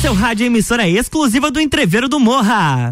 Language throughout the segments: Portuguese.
seu rádio, emissora exclusiva do Entreveiro do Morra.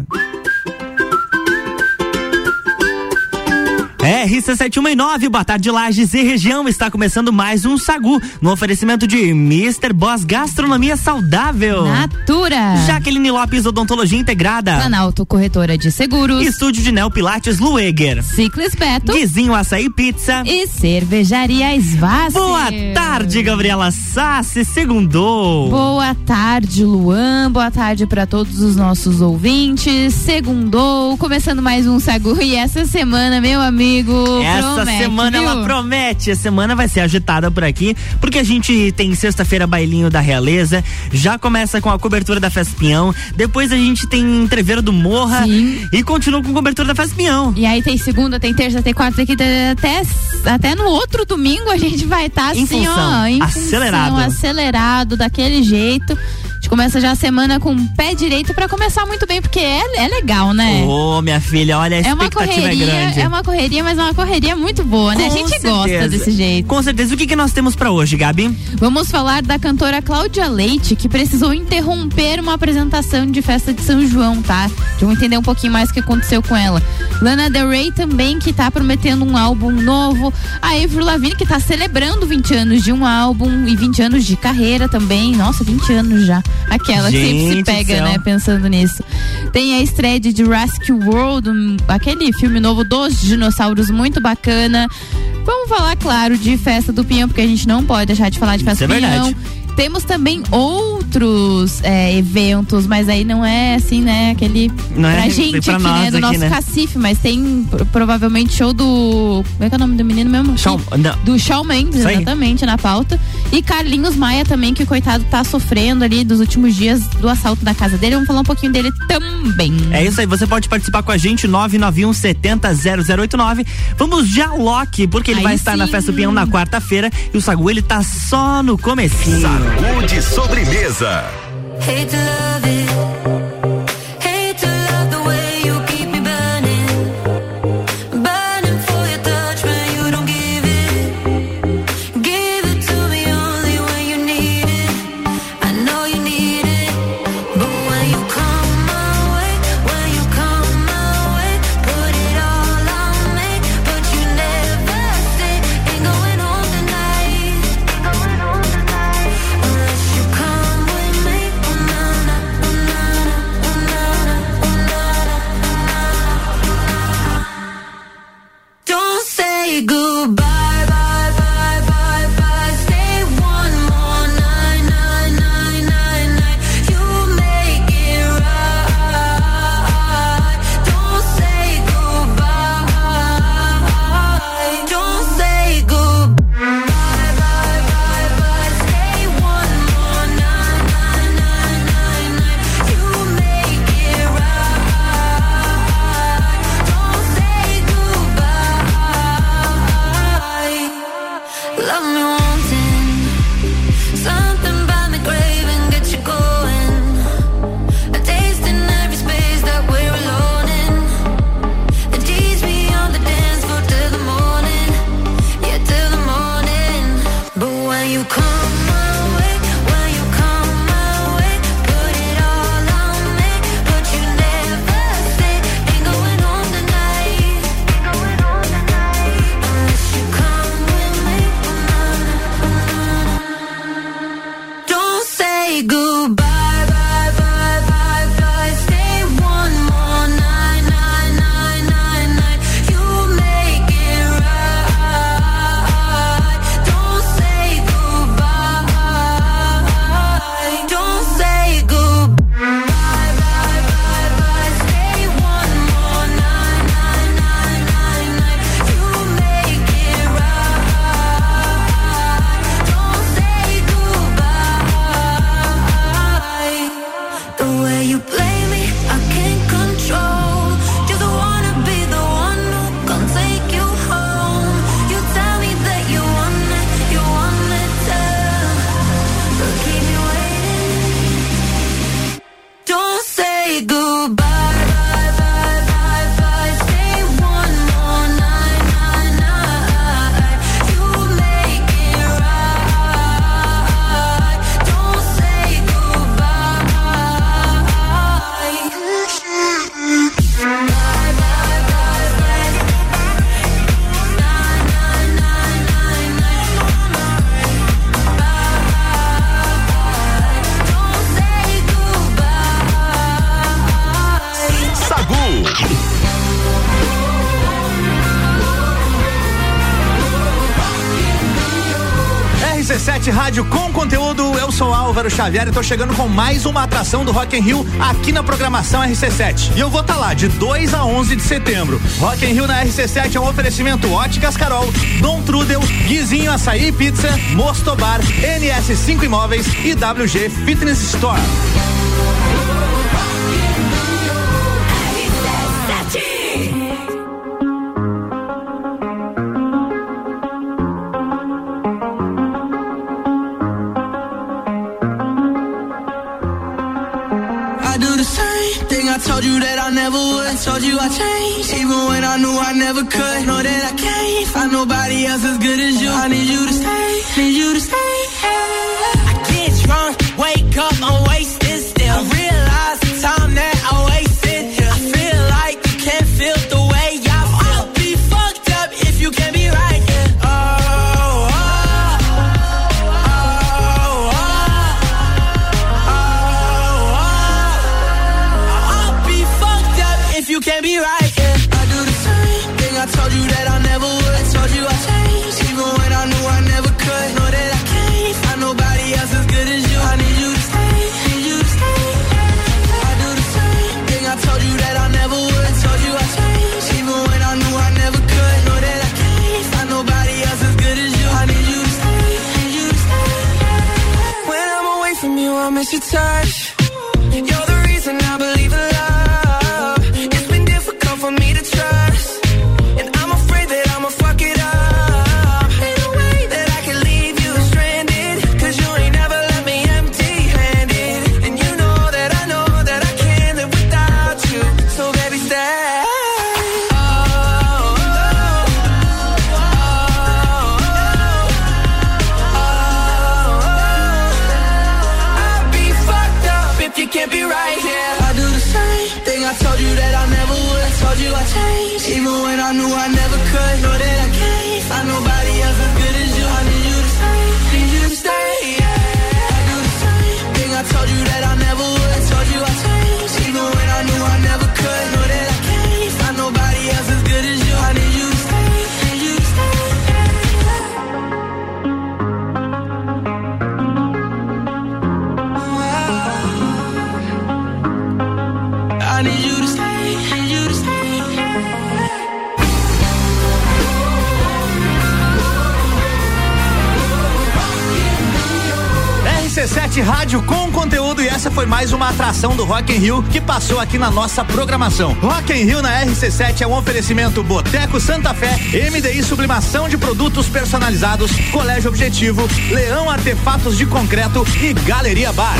RC719, boa tarde, Lages e região. Está começando mais um Sagu, no oferecimento de Mr. Boss Gastronomia Saudável, Natura, Jaqueline Lopes Odontologia Integrada, Planalto Corretora de Seguros, Estúdio de Neo Pilates Lueger, Ciclis Beto, Guizinho Açaí Pizza e Cervejaria Svassi. Boa tarde, Gabriela Sassi, segundou. Boa tarde, Luan, boa tarde para todos os nossos ouvintes. Segundou, começando mais um Sagu, e essa semana, meu amigo, essa promete, semana, viu? ela promete. A semana vai ser agitada por aqui, porque a gente tem sexta-feira bailinho da Realeza, já começa com a cobertura da Festa Pinhão, depois a gente tem Entreveiro do Morra. Sim. E continua com cobertura da Festa Pinhão. E aí tem segunda, tem terça, tem quarta, tem quinta, até no outro domingo a gente vai estar assim, em função, acelerado, daquele jeito. A gente começa já a semana com o pé direito pra começar muito bem, porque é legal, né? Ô, minha filha, olha, a expectativa é grande. É uma correria, mas é uma correria muito boa, né? A gente gosta desse jeito. Com certeza. O que nós temos pra hoje, Gabi? Vamos falar da cantora Cláudia Leite, que precisou interromper uma apresentação de festa de São João, tá? Vamos entender um pouquinho mais o que aconteceu com ela. Lana Del Rey também, que tá prometendo um álbum novo. A Avril Lavigne, que tá celebrando 20 anos de um álbum e 20 anos de carreira também. Nossa, 20 anos já. Aquela que sempre se pega, né, pensando nisso. Tem a estreia de Jurassic World, aquele filme novo dos dinossauros, muito bacana. Vamos falar, claro, de Festa do Pinhão, porque a gente não pode deixar de falar de Festa do Pinhão. Verdade. Temos também outros eventos, mas aí não é assim, né, aquele não pra gente pra aqui, né, do nosso cacife, mas tem provavelmente show do, como é que é o nome do menino mesmo? Do Shawn Mendes, exatamente, na pauta. E Carlinhos Maia também, que coitado tá sofrendo ali dos últimos dias do assalto da casa dele. Vamos falar um pouquinho dele também. É isso aí, você pode participar com a gente, 991 70 0089. Vamos de Alok, porque ele vai estar na Festa do Pinhão na quarta-feira, e o Sagu, ele tá só no comecinho. Sagu de sobremesa. Hate to love it. Hate to love the way you keep me burning. Burning for your touch when you don't give it. Give it to me only when you need it. I know you need it. But when you come my way, when you come my way, put it all on me. But you never stay. Ain't going home tonight. Ain't going home tonight. Unless you come with me. Oh, na, na, oh, na, na, oh, na, na, oh, na, na, oh, na, na. Don't say goodbye. Bye, bye, bye, bye. Stay one more night, night, night, night, night. You make it right. Don't say goodbye. Don't say goodbye. Bye, bye, bye, bye. Stay one more night, night, night, night, night. You make it right. Don't say goodbye. RC7 Rádio com conteúdo, eu sou Álvaro Xavier e tô chegando com mais uma atração do Rock in Rio aqui na programação RC7. E eu vou estar lá de 2 a 11 de setembro. Rock in Rio na RC7 é um oferecimento Óticas Carol, Dom Trudel, Guizinho Açaí Pizza, Mostobar, NS5 Imóveis e WG Fitness Store. I told you that I never would. I told you I changed, even when I knew I never could. Know that I can't find nobody else as good as you. I need you to stay, need you to stay. I get drunk, wake up, I'm wasted still. I realize the time that I wasted. I feel like you can't feel the way I feel. I'll be fucked up if you can't be right. You can't be right, yeah. I do the same thing. I told you that I never would. I told you I changed, even when I knew I never could. Know that I can't find nobody else as good as you. I need you to stay, need you to stay. I do the same thing. I told you that I never would. I told you I changed, even when I knew I never could. Know that I can't find nobody else as good as you. I need you to stay, need you to stay. When I'm away from you, I miss your touch. You're the reason I believe in love. For me to trust, and I'm afraid that I'ma fuck it up. Ain't no way that I can leave you stranded, 'cause you ain't never left me empty-handed. And you know that I can't live without you. So baby, stay. I'll be fucked up if you can't be right here. I do the same thing. I told you that I never would. Told you I changed, even when I knew I never could. Know that I can't find nobody else as good as you. I need you to stay, need you to stay, yeah. I do the same thing. I told you that I never would. Told you I changed, even when I knew I never could. Know that I can't find nobody else as good as you. I need you to stay, need you to stay. I need you to stay, need you to stay. RC7 Rádio com conteúdo, e essa foi mais uma atração do Rock in Rio que passou aqui na nossa programação. Rock in Rio na RC7 é um oferecimento Boteco Santa Fé, MDI Sublimação de Produtos Personalizados, Colégio Objetivo, Leão Artefatos de Concreto e Galeria Bar.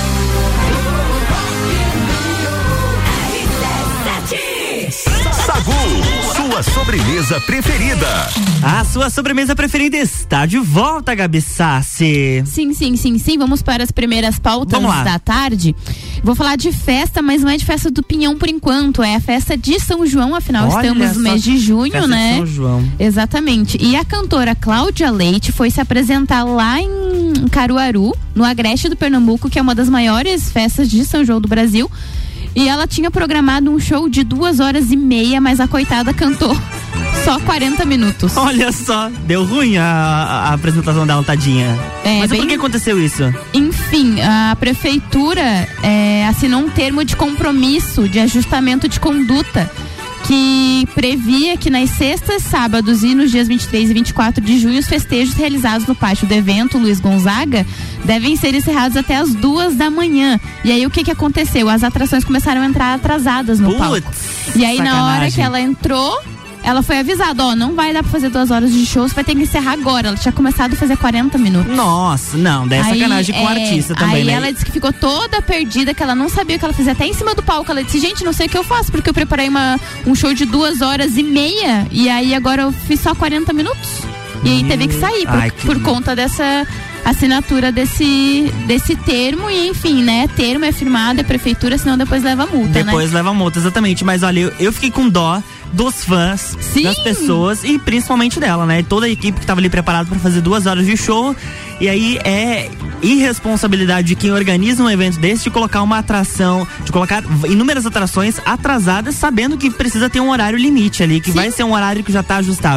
Sagu, sua sobremesa preferida. A sua sobremesa preferida está de volta, Gabi Sassi. Sim. Vamos para as primeiras pautas da tarde. Vou falar de festa, mas não é de festa do Pinhão por enquanto. É a festa de São João, afinal estamos no mês de junho, festa, né? de São João. Exatamente. E a cantora Cláudia Leite foi se apresentar lá em Caruaru, no Agreste do Pernambuco, que é uma das maiores festas de São João do Brasil. E ela tinha programado um show de 2h30, mas a coitada cantou só 40 minutos. Olha só, deu ruim a apresentação dela, tadinha. Mas por que aconteceu isso? Enfim, a prefeitura assinou um termo de compromisso de ajustamento de conduta que previa que nas sextas, sábados e nos dias 23 e 24 de junho os festejos realizados no pátio do evento Luiz Gonzaga devem ser encerrados até as 2 da manhã. E aí o que aconteceu? As atrações começaram a entrar atrasadas no palco. E aí na hora que ela entrou, ela foi avisada, não vai dar pra fazer 2 horas de show, você vai ter que encerrar agora. Ela tinha começado a fazer 40 minutos. Nossa, não, daí é sacanagem com o artista também, aí né? Ela disse que ficou toda perdida, que ela não sabia o que ela fazia, até em cima do palco. Ela disse, gente, não sei o que eu faço, porque eu preparei um show de 2h30 e aí agora eu fiz só 40 minutos. E aí teve que sair por conta dessa assinatura desse termo. E enfim, né, termo é firmado, é prefeitura, senão depois leva multa, Depois leva multa, exatamente. Mas olha, eu fiquei com dó dos fãs, das pessoas e principalmente dela, né? Toda a equipe que tava ali preparada para fazer 2 horas de show. E aí é irresponsabilidade de quem organiza um evento desse de colocar uma atração, de colocar inúmeras atrações atrasadas, sabendo que precisa ter um horário limite ali, que vai ser um horário que já tá ajustado.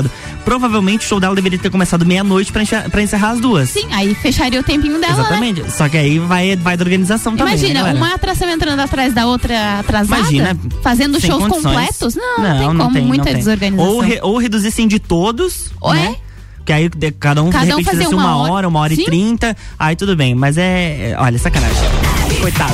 provavelmente o show dela deveria ter começado meia-noite pra encerrar as 2. Sim, aí fecharia o tempinho dela, exatamente. Né? Só que aí vai da organização também. Imagina, né, uma atração entrando atrás da outra atrasada, imagina, fazendo shows condições completos. Não tem muita desorganização. Ou reduzissem de todos, né? Que aí cada um de repente fizesse uma hora e 30, aí tudo bem, mas olha, sacanagem. Coitado.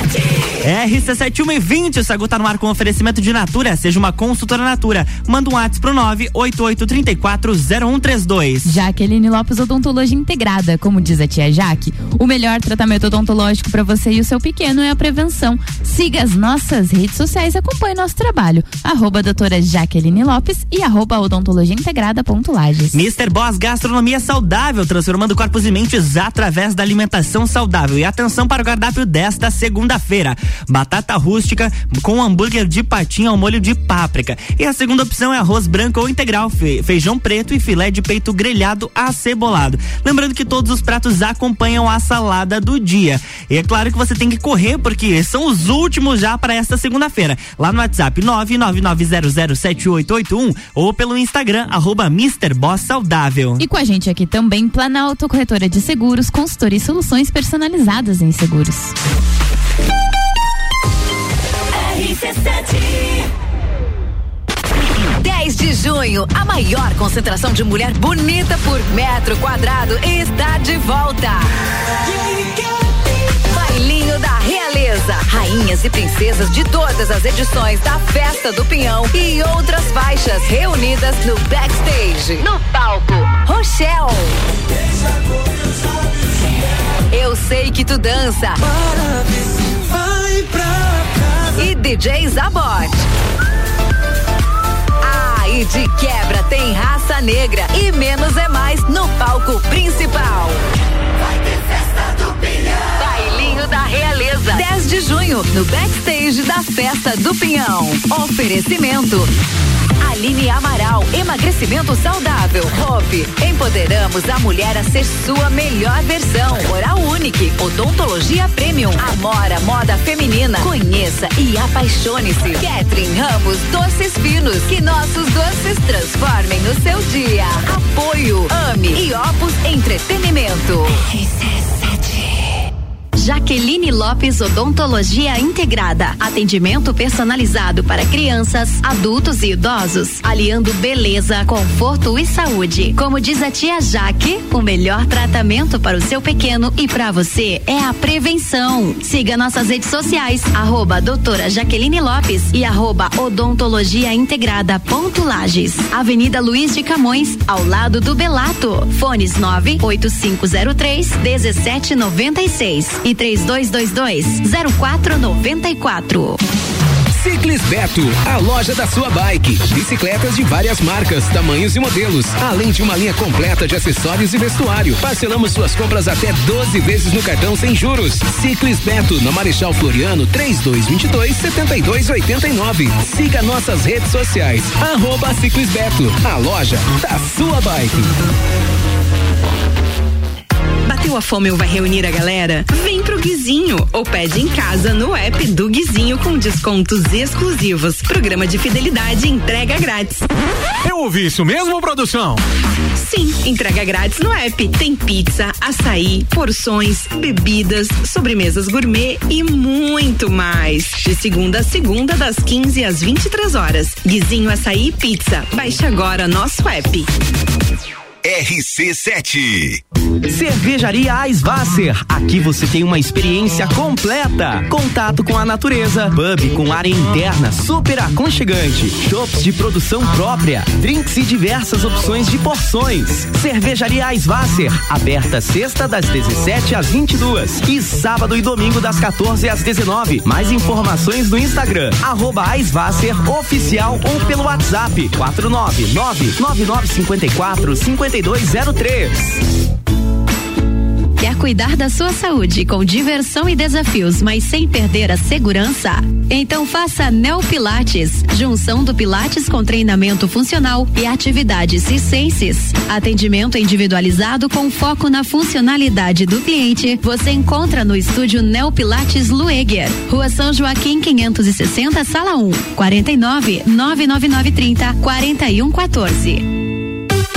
RC7120, o Sagu tá no ar com oferecimento de Natura, seja uma consultora Natura. Manda um WhatsApp pro 988340132. Jaqueline Lopes Odontologia Integrada, como diz a tia Jaque, o melhor tratamento odontológico para você e o seu pequeno é a prevenção. Siga as nossas redes sociais e acompanhe nosso trabalho. @doutora Jaqueline Lopes e @odontologiaintegrada.lages. Mr. Boss Gastronomia Saudável, transformando corpos e mentes através da alimentação saudável. E atenção para o cardápio desta segunda-feira: batata rústica com hambúrguer de patinha ao molho de páprica. E a segunda opção é arroz branco ou integral, feijão preto e filé de peito grelhado acebolado. Lembrando que todos os pratos acompanham a salada do dia. E é claro que você tem que correr, porque são os últimos já para esta segunda-feira. Lá no WhatsApp 999007881 ou pelo Instagram @MrBossSaudável. E com a gente aqui também Planalto Corretora de Seguros, consultoria e soluções personalizadas em seguros. RC7 10 de junho, a maior concentração de mulher bonita por metro quadrado está de volta. Bailinho da Realeza, rainhas e princesas de todas as edições da Festa do Pinhão e outras faixas reunidas no backstage. No palco, Rochelle. Eu sei que tu dança. E DJ Zabot. E de quebra tem Raça Negra e Menos é Mais no palco principal. Vai ter Festa do Pinhão. Bailinho da Realeza, 10 de junho, no backstage da Festa do Pinhão. Oferecimento Aline Amaral, emagrecimento saudável. Hope, empoderamos a mulher a ser sua melhor versão. Oral Unique, odontologia premium. Amora, moda feminina. Conheça e apaixone-se. Catherine Ramos, doces finos. Que nossos doces transformem o seu dia. Apoio, Ame e Opus Entretenimento. Jaqueline Lopes Odontologia Integrada. Atendimento personalizado para crianças, adultos e idosos, aliando beleza, conforto e saúde. Como diz a tia Jaque, o melhor tratamento para o seu pequeno e para você é a prevenção. Siga nossas redes sociais, @doutora Jaqueline Lopes e @odontologiaintegrada.lages. Avenida Luiz de Camões, ao lado do Belato. Fones 98503-1796 e 3222-0494. Ciclis Beto, a loja da sua bike. Bicicletas de várias marcas, tamanhos e modelos, além de uma linha completa de acessórios e vestuário. Parcelamos suas compras até 12 vezes no cartão sem juros. Ciclis Beto, na Marechal Floriano, 3222-7289. Siga nossas redes sociais, @Ciclis Beto, a loja da sua bike. Bateu a fome ou vai reunir a galera? Vem pro Guizinho ou pede em casa no app do Guizinho com descontos exclusivos. Programa de fidelidade e entrega grátis. Eu ouvi isso mesmo, produção? Sim, entrega grátis no app. Tem pizza, açaí, porções, bebidas, sobremesas gourmet e muito mais. De segunda a segunda, das 15 às 23 horas. Guizinho Açaí e Pizza. Baixe agora nosso app. RC7 Cervejaria Eisvasser. Aqui você tem uma experiência completa. Contato com a natureza, pub com área interna super aconchegante, shops de produção própria, drinks e diversas opções de porções. Cervejaria Eisvasser, aberta sexta das 17 às 22 e sábado e domingo das 14 às 19. Mais informações no Instagram @Eisvasser oficial ou pelo WhatsApp 499-9954-5203. Quer cuidar da sua saúde com diversão e desafios, mas sem perder a segurança? Então faça Neo Pilates, junção do Pilates com treinamento funcional e atividades circenses. Atendimento individualizado com foco na funcionalidade do cliente. Você encontra no estúdio Neo Pilates Lueger, Rua São Joaquim 560, Sala 1, 49 99930 4114.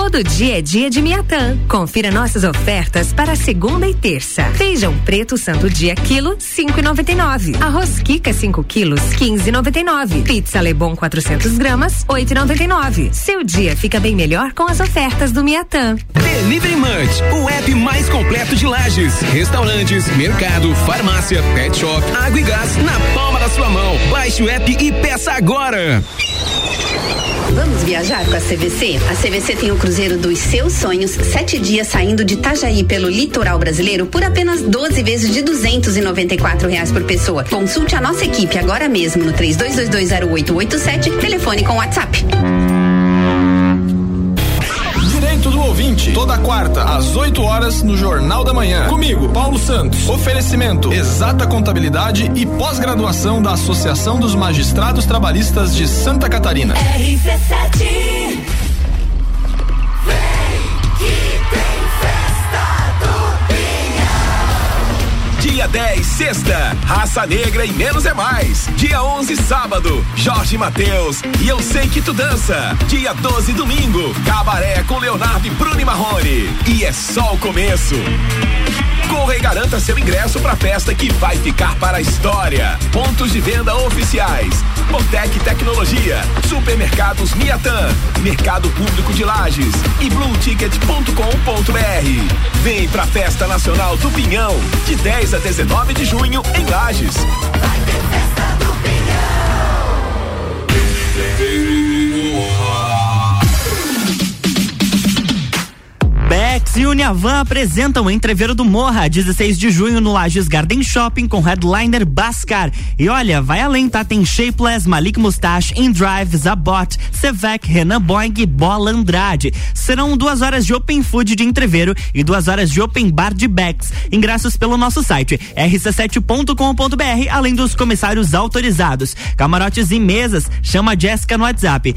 Todo dia é dia de Miatã. Confira nossas ofertas para segunda e terça. Feijão preto santo dia quilo, 5,99. Arroz Kika 5 quilos, 15,99. Pizza Lebon 400 gramas, 8,99. Seu dia fica bem melhor com as ofertas do Miatã. Delivery Munch, o app mais completo de Lages. Restaurantes, mercado, farmácia, pet shop, água e gás na palma da sua mão. Baixe o app e peça agora. Vamos viajar com a CVC? A CVC tem o cruzeiro dos seus sonhos, 7 dias saindo de Itajaí pelo litoral brasileiro por apenas 12 vezes de R$294 por pessoa. Consulte a nossa equipe agora mesmo no 32220887, telefone com WhatsApp. Direito do ouvinte, toda quarta às 8 horas no Jornal da Manhã. Comigo, Paulo Santos. Oferecimento Exata Contabilidade e pós-graduação da Associação dos Magistrados Trabalhistas de Santa Catarina. RC7. Dia 10, sexta, Raça Negra e Menos é Mais. Dia 11, sábado, Jorge Mateus e Eu Sei Que Tu Dança. Dia 12, domingo, Cabaré com Leonardo e Bruno Marrone. E é só o começo. Corra e garanta seu ingresso pra festa que vai ficar para a história. Pontos de venda oficiais: Botec Tecnologia, Supermercados Miatã, Mercado Público de Lages e blueticket.com.br. Vem pra Festa Nacional do Pinhão, de 10 a 19 de junho em Lages. Vai ter festa do Bex e Uniavan apresentam o Entreveiro do Morra, 16 de junho no Lages Garden Shopping com headliner Bhaskar. E olha, vai além, tá? Tem Shapeless, Malik Mustache, InDrive, Zabot, Sevec, Renan Boing e Bola Andrade. Serão 2 horas de Open Food de Entreveiro e 2 horas de Open Bar de Bex. Ingressos pelo nosso site rc7.com.br, além dos comissários autorizados. Camarotes e mesas, chama a Jéssica no WhatsApp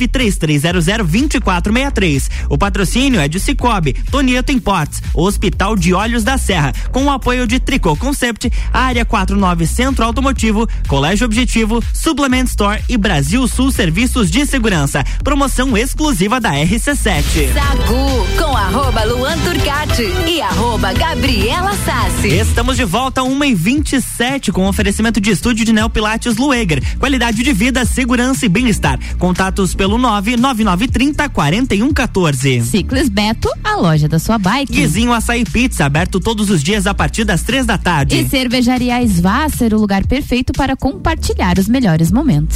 933002463. O patrocínio é de Cicobi, Tonieto Imports, Hospital de Olhos da Serra, com o apoio de Tricô Concept, Área 49 Centro Automotivo, Colégio Objetivo, Suplement Store e Brasil Sul Serviços de Segurança. Promoção exclusiva da RC7. Sagu com @Luan Turcati e @Gabriela Sassi. Estamos de volta 1h27 com oferecimento de estúdio de Neopilates Lueger. Qualidade de vida, segurança e bem-estar. Contatos pelo 99930-4114. Ciclis Beto, a loja da sua bike. Guizinho Açaí Pizza, aberto todos os dias a partir das 3 da tarde. E Cervejaria Svasser, o lugar perfeito para compartilhar os melhores momentos.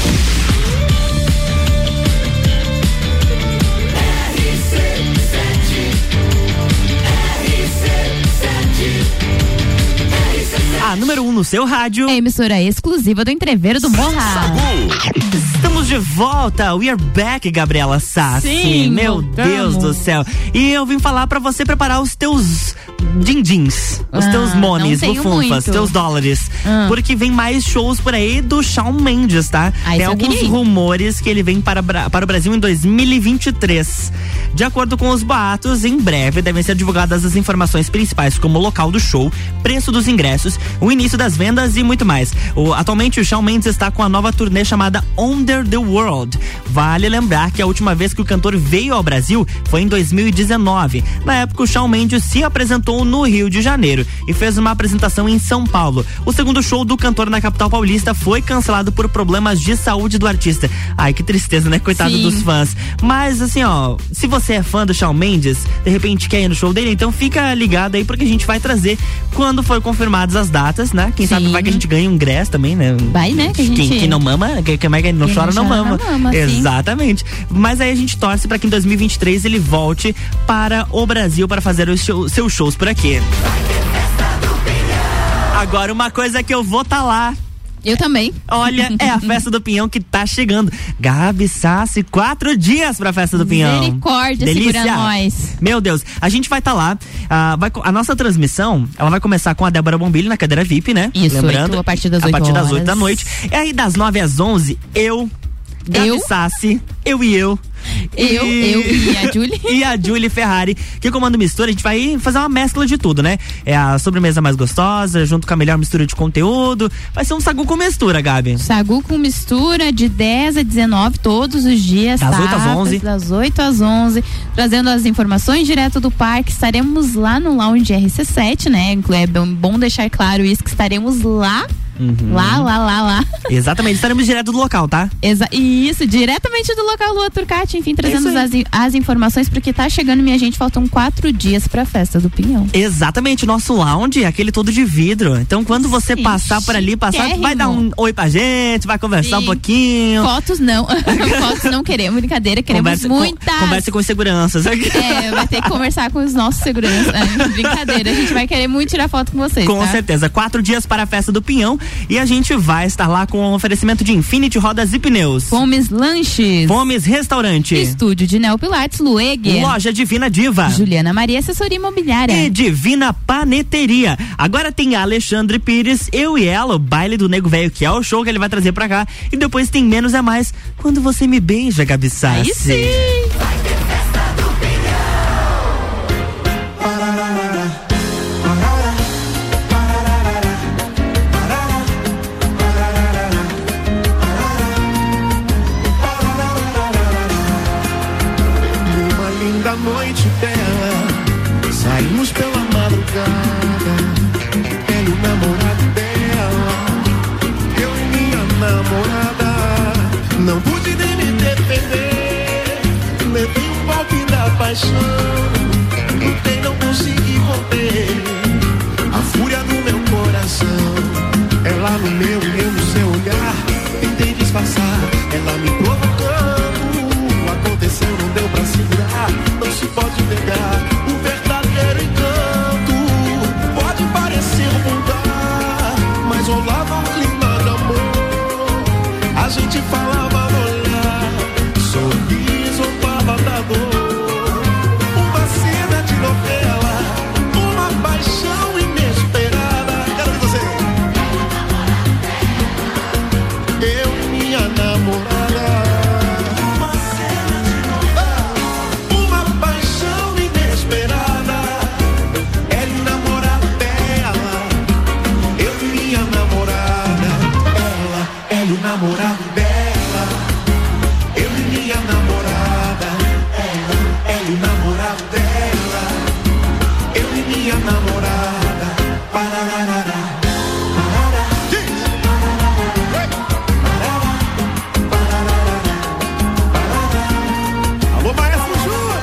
A número 1 no seu rádio. É a emissora exclusiva do Entreveiro do Morra. Estamos de volta. We are back, Gabriela Sassi. Sim, meu voltamos. Deus do céu. E eu vim falar pra você preparar os teus din-dins, os teus monies, bufunfas, teus dólares. Porque vem mais shows por aí do Shawn Mendes, tá? Tem alguns rumores que ele vem para o Brasil em 2023. De acordo com os boatos, em breve devem ser divulgadas as informações principais, como o local do show, preço dos ingressos, o início das vendas e muito mais. Atualmente o Shawn Mendes está com a nova turnê chamada Under the World. Vale lembrar que a última vez que o cantor veio ao Brasil foi em 2019. Na época o Shawn Mendes se apresentou no Rio de Janeiro e fez uma apresentação em São Paulo. O segundo show do cantor na capital paulista foi cancelado por problemas de saúde do artista. Ai, que tristeza, né? Coitado dos fãs. Mas assim, ó, se você é fã do Shawn Mendes, de repente quer ir no show dele, então fica ligado aí porque a gente vai trazer quando for confirmadas as datas, né? Quem sabe vai que a gente ganha um ingresso também, né? Vai, né? Que a gente... Quem não mama, quem não chora, não mama. Exatamente. Mas aí a gente torce pra que em 2023 ele volte para o Brasil para fazer os seus shows por aqui. Agora uma coisa que eu vou tá lá. Eu também. Olha, é a Festa do Pinhão que tá chegando. Gabi Sassi, 4 dias pra Festa do Pinhão. Misericórdia, delícia. segura nós. Meu Deus, a gente vai tá lá. A nossa transmissão, ela vai começar com a Débora Bombilho na cadeira VIP, né? Isso, lembrando, a partir das 8 horas. A partir das 8 da horas. noite. E aí das 9 às 11, Gabi Sassi, eu Eu e a Julie. E a Julie Ferrari, que comanda o Mistura. A gente vai fazer uma mescla de tudo, né? É a sobremesa mais gostosa, junto com a melhor mistura de conteúdo. Vai ser um sagu com mistura, Gabi. Sagu com mistura de 10 a 19 todos os dias. Das 8 às 11. Das 8 às 11. Trazendo as informações direto do parque. Estaremos lá no Lounge RC7, né? É bom deixar claro isso, que estaremos lá. Lá. Exatamente, estaremos direto do local, tá? Isso, diretamente do local Lua Turcati, enfim, trazendo as informações, porque tá chegando, minha gente, faltam 4 dias pra festa do Pinhão. Exatamente, nosso lounge é aquele todo de vidro, então quando você passar por ali, vai dar um oi pra gente, vai conversar um pouquinho. Fotos não, fotos não queremos, brincadeira, queremos muitas. Converse com os seguranças. Vai ter que conversar com os nossos seguranças, brincadeira, a gente vai querer muito tirar foto com vocês, com certeza, 4 dias para a festa do Pinhão. E a gente vai estar lá com um oferecimento de Infinity Rodas e Pneus, Fomes Lanches, Fomes Restaurante, Estúdio de Neo Pilates, Lueger, Loja Divina Diva, Juliana Maria Assessoria Imobiliária e Divina Paneteria. Agora tem Alexandre Pires, Eu e Ela, o baile do Nego Velho, que é o show que ele vai trazer pra cá. E depois tem Menos é Mais, Quando Você Me Beija, Gabi Sassi. Aí sim! Noite dela, saímos pela madrugada, ele o namorado dela, eu e minha namorada, não pude nem me defender, levei um golpe da paixão, lutei, não consegui conter, a fúria do meu coração, ela no meu e eu no seu olhar, tentei disfarçar, ela me provocando, aconteceu, não deu pra segurar, não se pode negar o verdadeiro encanto. Pode parecer vulgar, mas rolava um clima de amor. A gente falava no olhar, sorriso zombava da dor. Uma cena de novela, uma paixão inesperada. Quero ver você. Eu e minha namorada. Namorado dela, eu e minha namorada, ela e o namorado dela, eu e minha namorada, pararará. Alô, Maestro Júnior.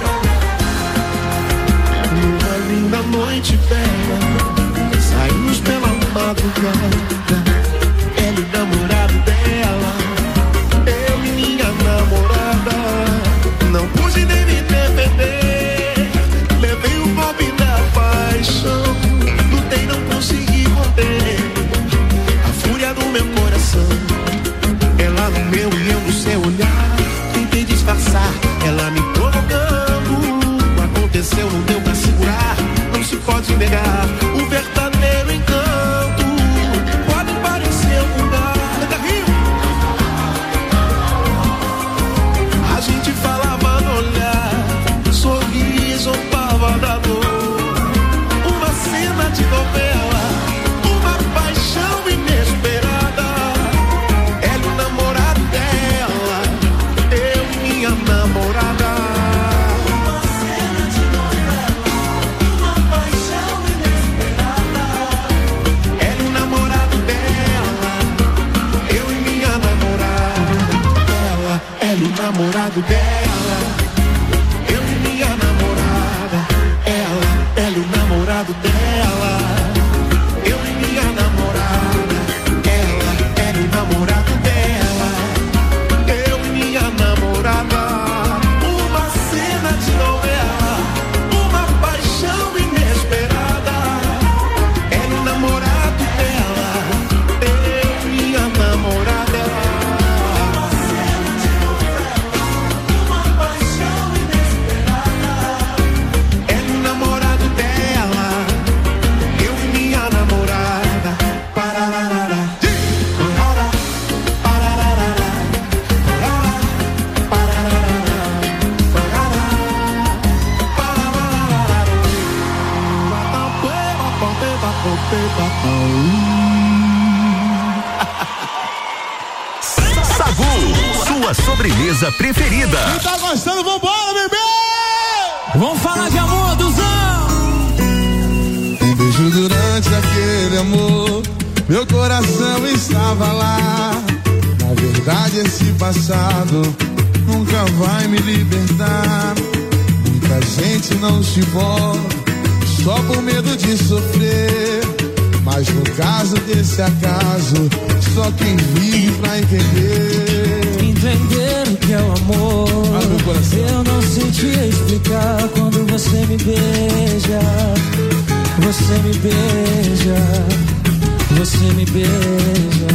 Numa linda noite bela, saímos pela madrugada, ela e o namorado dela, eu e minha namorada, não pude nem me defender, levei o golpe da paixão, lutei, não consegui conter, a fúria do meu coração, ela no meu e eu no seu olhar, tentei disfarçar, ela me provocando, aconteceu, não deu pra segurar, não se pode negar o verdadeiro encanto. De novela, uma paixão inesperada, ela e o namorado dela, eu e minha namorada. Uma cena de novela, uma paixão inesperada, ela e o namorado dela, eu e minha namorada, ela e o namorado dela, eu e minha namorada, ela e o namorado dela. sobremesa preferida. Quem tá gostando, vambora, bebê! Vamos falar de amor, Duzão! Um beijo durante aquele amor, meu coração estava lá. Na verdade, esse passado nunca vai me libertar. Muita gente não se envolve só por medo de sofrer. Mas no caso desse acaso, só quem vive pra entender. Entender o que é o amor. Eu não sentia explicar quando você me beija. Você me beija. Você me beija.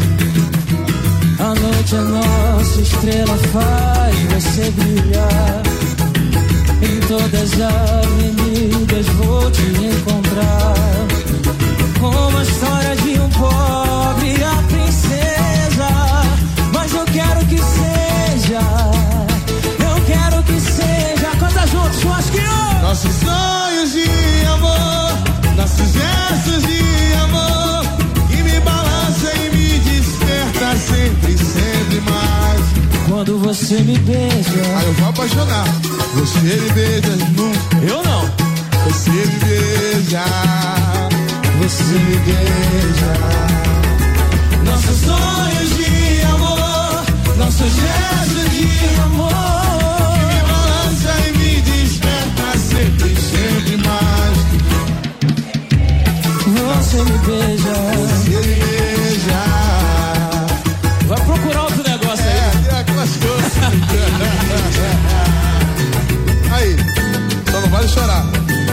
A noite é nossa, estrela faz você brilhar. Em todas as avenidas vou te encontrar. Como a história de um pobre e a princesa. Mas eu quero que seja. Eu quero que seja. Canta junto, churrasquinho. Nossos sonhos de amor, nossos gestos de amor, que me balança e me desperta sempre, sempre mais. Quando você me beija, eu vou apaixonar. Você me beija nunca. Eu não. Você me beija. Você me beija. Nossos sonhos de amor, nossos gestos de amor, que me balança e me desperta sempre, sempre mais. Você me beija. Você me beija. Vai procurar outro negócio aí. Tem aquelas coisas. Aí, só não vale chorar.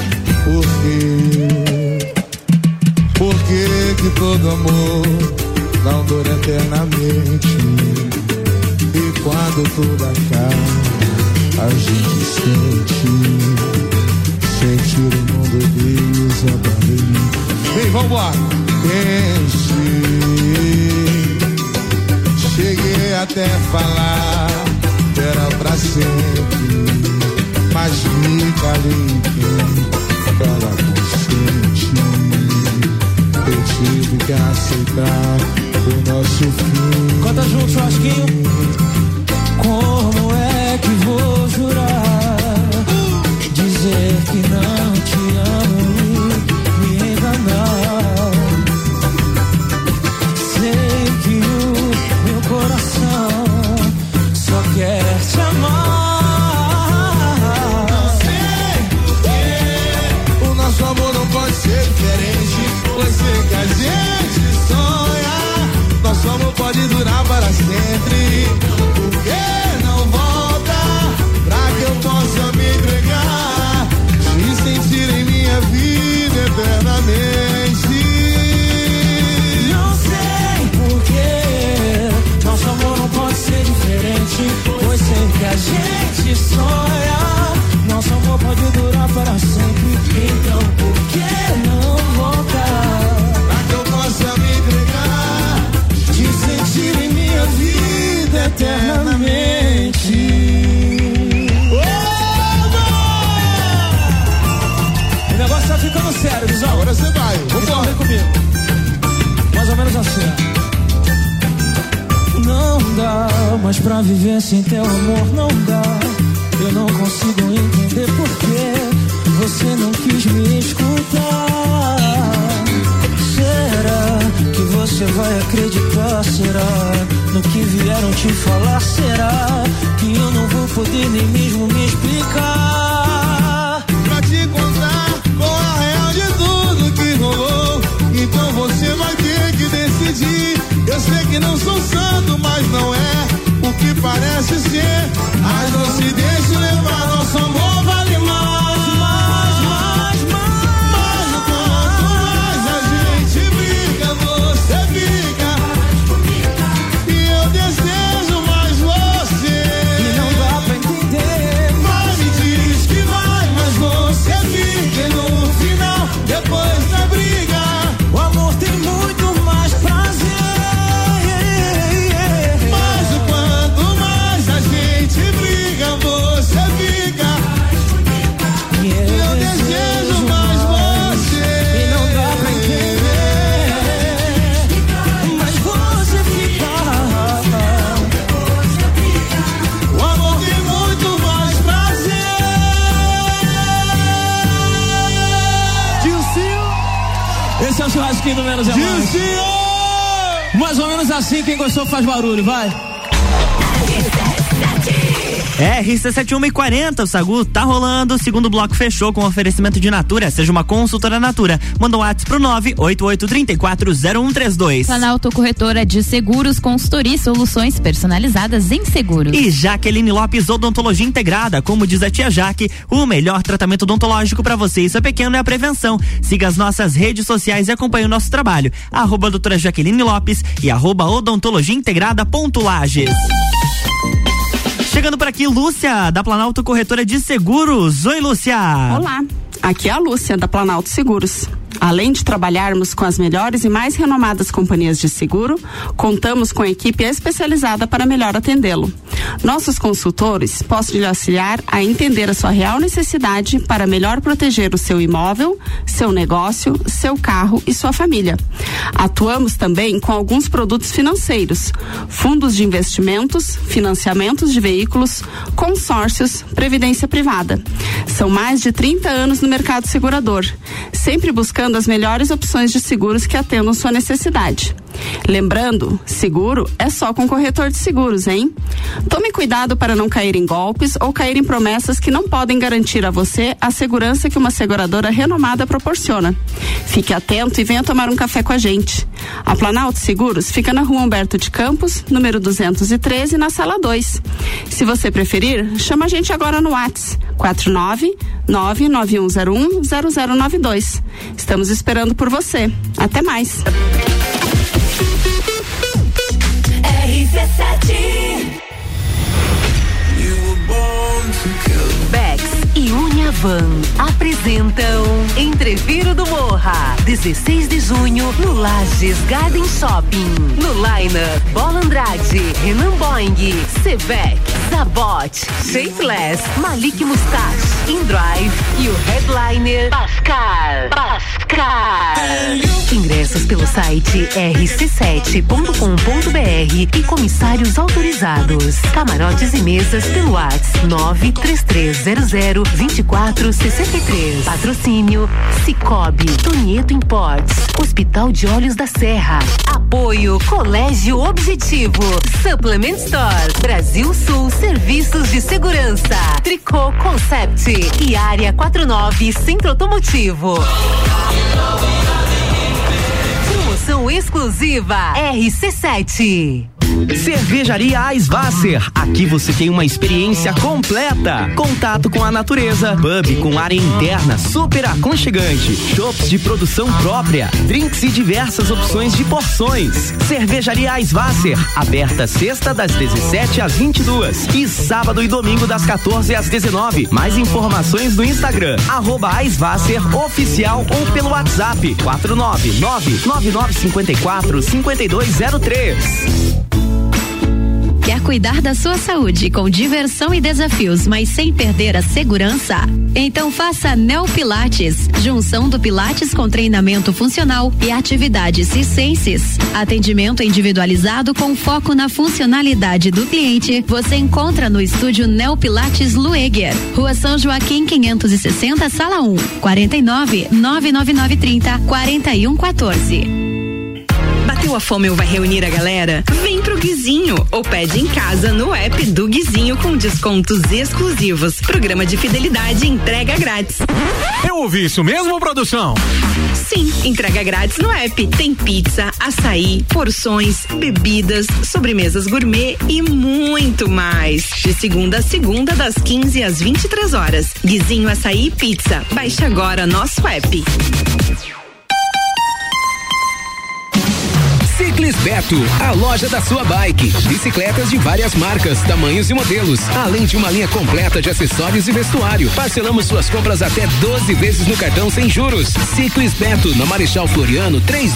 Por que todo amor não dura eternamente? E quando tudo acaba, a gente sente o mundo desabando. Vem, vambora! Cheguei até falar que era pra sempre, mas me calei quem fala consciente. Eu tive que aceitar o nosso fim. Canta junto, churrasquinho. Como é que vou jurar? Dizer que não te amo e me enganar. Sei que o meu coração só quer te amar. Não sei porquê o nosso amor não pode ser diferente. Pois sei que a gente sonha, nosso amor pode durar para sempre. Por que não volta pra que eu possa me entregar, te sentir em minha vida eternamente? Não sei porquê nosso amor não pode ser diferente. Pois sei que a gente sonha, nosso amor pode durar para sempre. Então por que não voltar pra que eu possa me entregar, te sentir em minha vida eternamente? O negócio tá ficando sério, Bizão. Agora você vai, então vem comigo. Mais ou menos assim. Não dá mais pra viver sem teu amor, não dá. Eu não consigo entender por que você não quis me escutar. Será que você vai acreditar? Será no que vieram te falar? Será que eu não vou poder nem mesmo me explicar? Pra te contar qual a real de tudo que rolou, então você vai ter que decidir. Eu sei que não sou santo, mas não é o que parece ser. Mas não se deixe levar, nosso amor vale mais. Mas quanto mais a gente briga, você fica. E eu desejo mais você. E não dá pra entender. Vai me musiquinha do Menos é Mais. Mais ou menos assim, quem gostou faz barulho, vai. RC7140, o Sagu tá rolando, o segundo bloco fechou com oferecimento de Natura, seja uma consultora Natura, manda um WhatsApp pro 988340132. Planalto Corretora de Seguros, consultoria e soluções personalizadas em seguros. E Jaqueline Lopes, Odontologia Integrada, como diz a tia Jaque, o melhor tratamento odontológico para você e seu pequeno é a prevenção. Siga as nossas redes sociais e acompanhe o nosso trabalho, @doutora Jaqueline Lopes e @odontologiaintegrada.lages. Chegando por aqui, Lúcia, da Planalto Corretora de Seguros. Oi, Lúcia. Olá, aqui é a Lúcia, da Planalto Seguros. Além de trabalharmos com as melhores e mais renomadas companhias de seguro, contamos com equipe especializada para melhor atendê-lo. Nossos consultores possam lhe auxiliar a entender a sua real necessidade para melhor proteger o seu imóvel, seu negócio, seu carro e sua família. Atuamos também com alguns produtos financeiros, fundos de investimentos, financiamentos de veículos, consórcios, previdência privada. São mais de 30 anos no mercado segurador, sempre buscando as melhores opções de seguros que atendam sua necessidade. Lembrando, seguro é só com corretor de seguros, hein? Tome cuidado para não cair em golpes ou cair em promessas que não podem garantir a você a segurança que uma seguradora renomada proporciona. Fique atento e venha tomar um café com a gente. A Planalto Seguros fica na Rua Humberto de Campos, número 213, na Sala 2. Se você preferir, chama a gente agora no WhatsApp 49991010092. Estamos esperando por você. Até mais. Bex e Uniavan apresentam Entreviro do Morra, 16 de junho no Lages Garden Shopping. No Line-up, Bola Andrade, Renan Boing, Sevec, Zabot, Shapeless, Malik Mustache, InDrive e o headliner Pascal. Ingressos pelo site rc7.com.br e comissários autorizados. Camarotes e mesas pelo WhatsApp 933002463. Patrocínio Cicobi, Tonieto Imports, Hospital de Olhos da Serra. Apoio Colégio Objetivo, Supplement Store, Brasil Sul Serviços de Segurança, Tricô Concept e Área 49 Centro Automotivo. Promoção exclusiva RC7. Cervejaria Eisvasser. Aqui você tem uma experiência completa. Contato com a natureza, pub com área interna super aconchegante, shops de produção própria, drinks e diversas opções de porções. Cervejaria Eisvasser, aberta sexta das 17 às 22 e sábado e domingo das 14 às 19. Mais informações no Instagram @Eisvasser oficial ou pelo WhatsApp 499-9954-5203. Quer cuidar da sua saúde com diversão e desafios, mas sem perder a segurança? Então faça Neo Pilates, junção do Pilates com treinamento funcional e atividades circenses. Atendimento individualizado com foco na funcionalidade do cliente. Você encontra no estúdio Neo Pilates Lueger, Rua São Joaquim 560, Sala 1, 49-99930-4114. Bateu a fome ou vai reunir a galera? Vem pro Guizinho ou pede em casa no app do Guizinho com descontos exclusivos. Programa de fidelidade e entrega grátis. Eu ouvi isso mesmo, produção? Sim, entrega grátis no app. Tem pizza, açaí, porções, bebidas, sobremesas gourmet e muito mais. De segunda a segunda, das 15 às 23 horas. Guizinho Açaí e Pizza. Baixe agora nosso app. Ciclis Beto, a loja da sua bike. Bicicletas de várias marcas, tamanhos e modelos, além de uma linha completa de acessórios e vestuário. Parcelamos suas compras até 12 vezes no cartão sem juros. Ciclis Beto, na Marechal Floriano,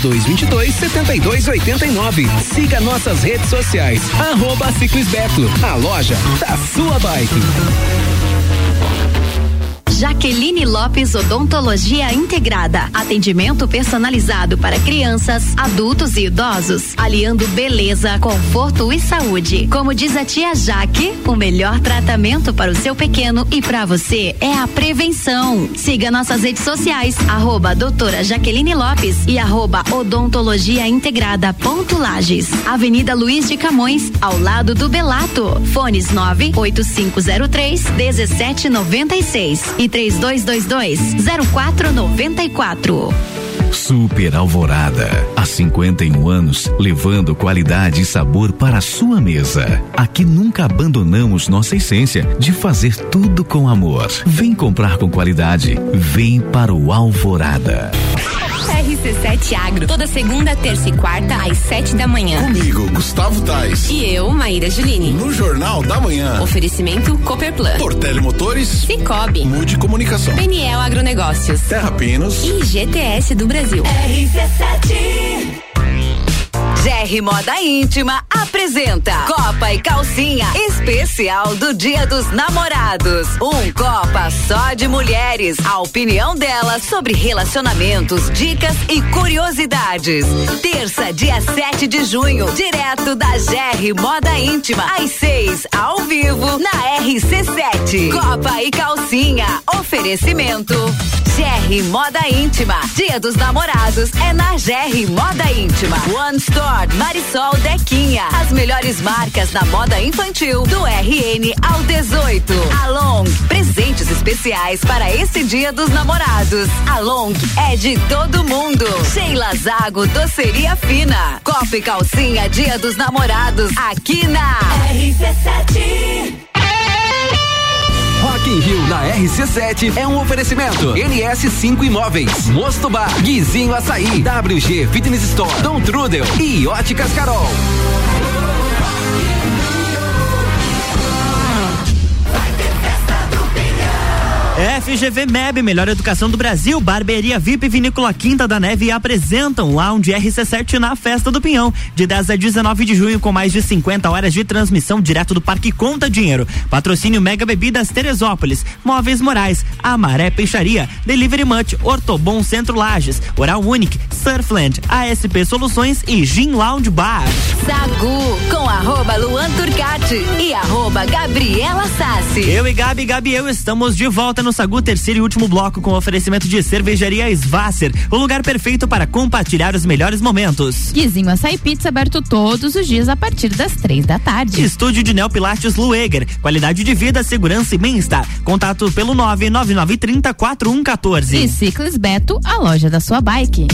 3222-7289. Siga nossas redes sociais, @Ciclis Beto, a loja da sua bike. Jaqueline Lopes Odontologia Integrada. Atendimento personalizado para crianças, adultos e idosos, aliando beleza, conforto e saúde. Como diz a tia Jaque, o melhor tratamento para o seu pequeno e para você é a prevenção. Siga nossas redes sociais, @doutora Jaqueline Lopes e @odontologia integrada Lages. Avenida Luiz de Camões, ao lado do Belato. Fones 98503-1796 e 3222-0494. Super Alvorada, há 51 anos, levando qualidade e sabor para a sua mesa. Aqui nunca abandonamos nossa essência de fazer tudo com amor. Vem comprar com qualidade, vem para o Alvorada. RC7 Agro, toda segunda, terça e quarta, às 7 da manhã. Comigo, Gustavo Tais. E eu, Maíra Juline. No Jornal da Manhã. Oferecimento Cooperplan. Portele Motores. Cicobi. Mude Comunicação. PNL Agronegócios. Terra Pinos. E GTS do Brasil. RC7. GR Moda Íntima apresenta Copa e Calcinha especial do Dia dos Namorados. Um Copa só de mulheres. A opinião delas sobre relacionamentos, dicas e curiosidades. Terça, dia 7 de junho, direto da GR Moda Íntima, às 6, ao vivo, na RC7. Copa e Calcinha. Oferecimento GR Moda Íntima. Dia dos Namorados é na GR Moda Íntima. One Store Marisol Dequinha. As melhores marcas na moda infantil do RN ao 18. Along, presentes especiais para esse Dia dos Namorados. Along é de todo mundo. Sheila Zago, doceria fina. Copa e Calcinha, Dia dos Namorados, aqui na RC7. Rock in Rio na RC7 é um oferecimento NS5 Imóveis, Mosto Bar, Guizinho Açaí, WG Fitness Store, Dom Trudel e Óticas Carol. FGV MEB, melhor educação do Brasil, Barbearia VIP e Vinícola Quinta da Neve apresentam Lounge RC7 na Festa do Pinhão, de 10 a 19 de junho, com mais de 50 horas de transmissão direto do Parque Conta Dinheiro. Patrocínio Mega Bebidas Teresópolis, Móveis Morais, Amaré Peixaria, Delivery Much, Ortobon Centro Lages, Oral Unique, Surfland, ASP Soluções e Gin Lounge Bar. Sagu, com @Luan Turcati e @Gabriela Sassi. Eu e Gabi eu estamos de volta no Sagu, terceiro e último bloco, com oferecimento de Cervejaria Svasser, o lugar perfeito para compartilhar os melhores momentos. Guizinho Açaí Pizza, aberto todos os dias a partir das 3 da tarde. Estúdio de Neopilates Lueger, qualidade de vida, segurança e bem-estar. Contato pelo 99930-4114. E Ciclis Beto, a loja da sua bike.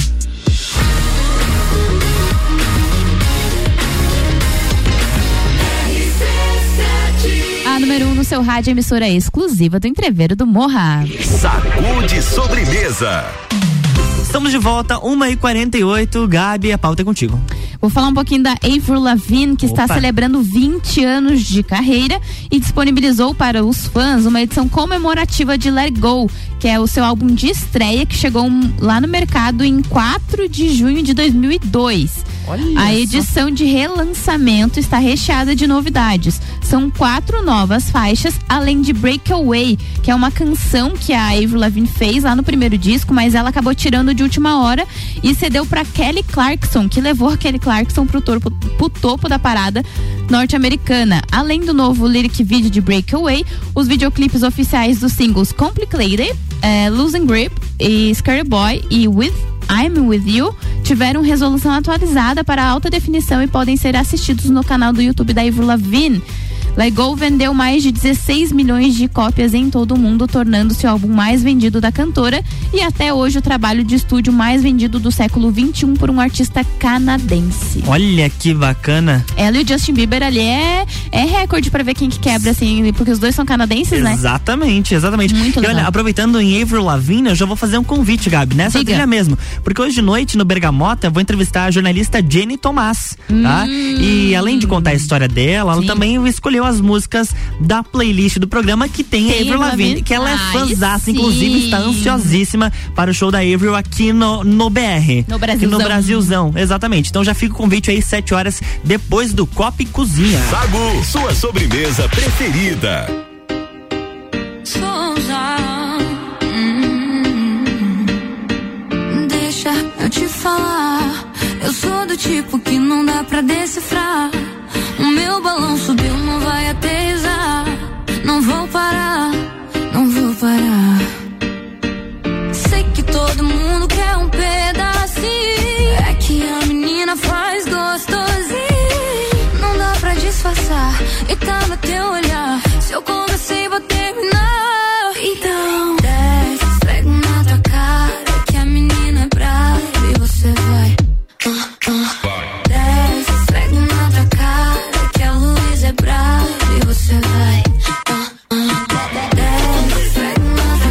A número 1 no seu rádio, emissora exclusiva do Entreveiro do Morra. Sacude sobremesa. Estamos de volta, 1h48. Gabi, a pauta é contigo. Vou falar um pouquinho da Avril Lavigne, que está celebrando 20 anos de carreira e disponibilizou para os fãs uma edição comemorativa de Let It Go, que é o seu álbum de estreia, que chegou lá no mercado em 4 de junho de 2002. A edição de relançamento está recheada de novidades. São 4 novas faixas, além de Breakaway, que é uma canção que a Avril Lavigne fez lá no primeiro disco, mas ela acabou tirando de última hora e cedeu para Kelly Clarkson, que levou a Kelly Clarkson pro topo da parada norte-americana. Além do novo lyric video de Breakaway, os videoclipes oficiais dos singles Complicated, Losing Grip e Scary Boy e I'm With You tiveram resolução atualizada para alta definição e podem ser assistidos no canal do YouTube da Avril Lavigne. Let It Go vendeu mais de 16 milhões de cópias em todo o mundo, tornando-se o álbum mais vendido da cantora e até hoje o trabalho de estúdio mais vendido do século XXI por um artista canadense. Olha que bacana. Ela e o Justin Bieber ali é recorde pra ver quem que quebra, assim, porque os dois são canadenses, né? Exatamente. Muito legal. E olha, aproveitando em Avril Lavigne, eu já vou fazer um convite, Gabi, nessa trilha mesmo, porque hoje de noite no Bergamota eu vou entrevistar a jornalista Jenny Tomás, tá? E além de contar a história dela, ela também escolheu as músicas da playlist do programa que tem a Avril Lavigne, que ela é fãzaça, inclusive está ansiosíssima para o show da Avril aqui no BR. No Brasilzão. No Brasilzão, exatamente. Então já fica o convite aí, 7 horas depois do Copa e Cozinha. Sagu, sua sobremesa preferida. So tipo que não dá pra decifrar. O meu balão subiu, não vai aterrissar. Não vou parar, não vou parar. Sei que todo mundo quer um pedacinho. É que a menina faz gostosinho. Não dá pra disfarçar, e tá no teu olhar. Se eu comecei, vou terminar. Então desce, esfrego na tua cara, que a menina é brava e você vai. Desce, esfrego na tua cara, que a Luísa é brava e você vai. Desce, esfrego na tua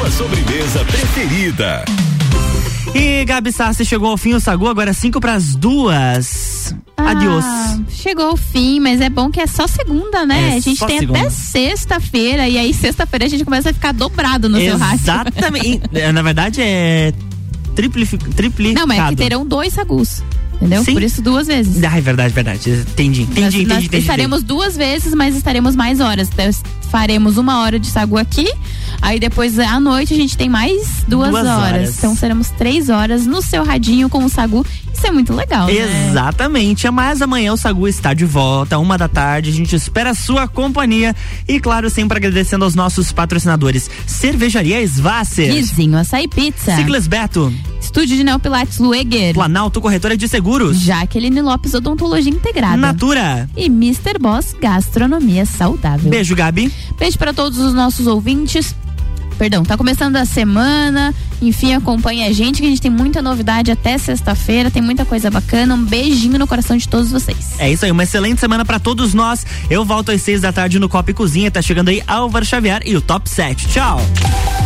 sua sobremesa preferida. E Gabi Sassi, chegou ao fim o Sagu, agora 2:05. Adiós. Chegou o fim, mas é bom que é só segunda, né? É a gente só tem segunda. até sexta-feira, e aí sexta-feira a gente começa a ficar dobrado no seu rádio. Exatamente. Na verdade é triplicado. Não, mas é que terão 2 sagus. Entendeu? Sim. Por isso 2 vezes. Ah, é verdade. Entendi. Nós estaremos 2 vezes, mas estaremos mais horas. Então, faremos 1 hora de sagu aqui. Aí depois à noite a gente tem mais 2 horas. Então seremos 3 horas no seu radinho com o sagu. Isso é muito legal, né? Exatamente. Mas amanhã o Sagu está de volta, 1h da tarde. A gente espera a sua companhia. E claro, sempre agradecendo aos nossos patrocinadores: Cervejaria Svasser, Vizinho Açaí Pizza, Ciclis Beto, Estúdio de Neopilates Lueger, Planalto Corretora de Seguros, Jaqueline Lopes Odontologia Integrada, Natura e Mr. Boss Gastronomia Saudável. Beijo, Gabi. Beijo para todos os nossos ouvintes. Perdão, tá começando a semana, enfim, acompanha a gente que a gente tem muita novidade até sexta-feira, tem muita coisa bacana, um beijinho no coração de todos vocês. É isso aí, uma excelente semana pra todos nós. Eu volto às 6 da tarde no Copa e Cozinha, tá chegando aí Álvaro Xavier e o Top 7. Tchau!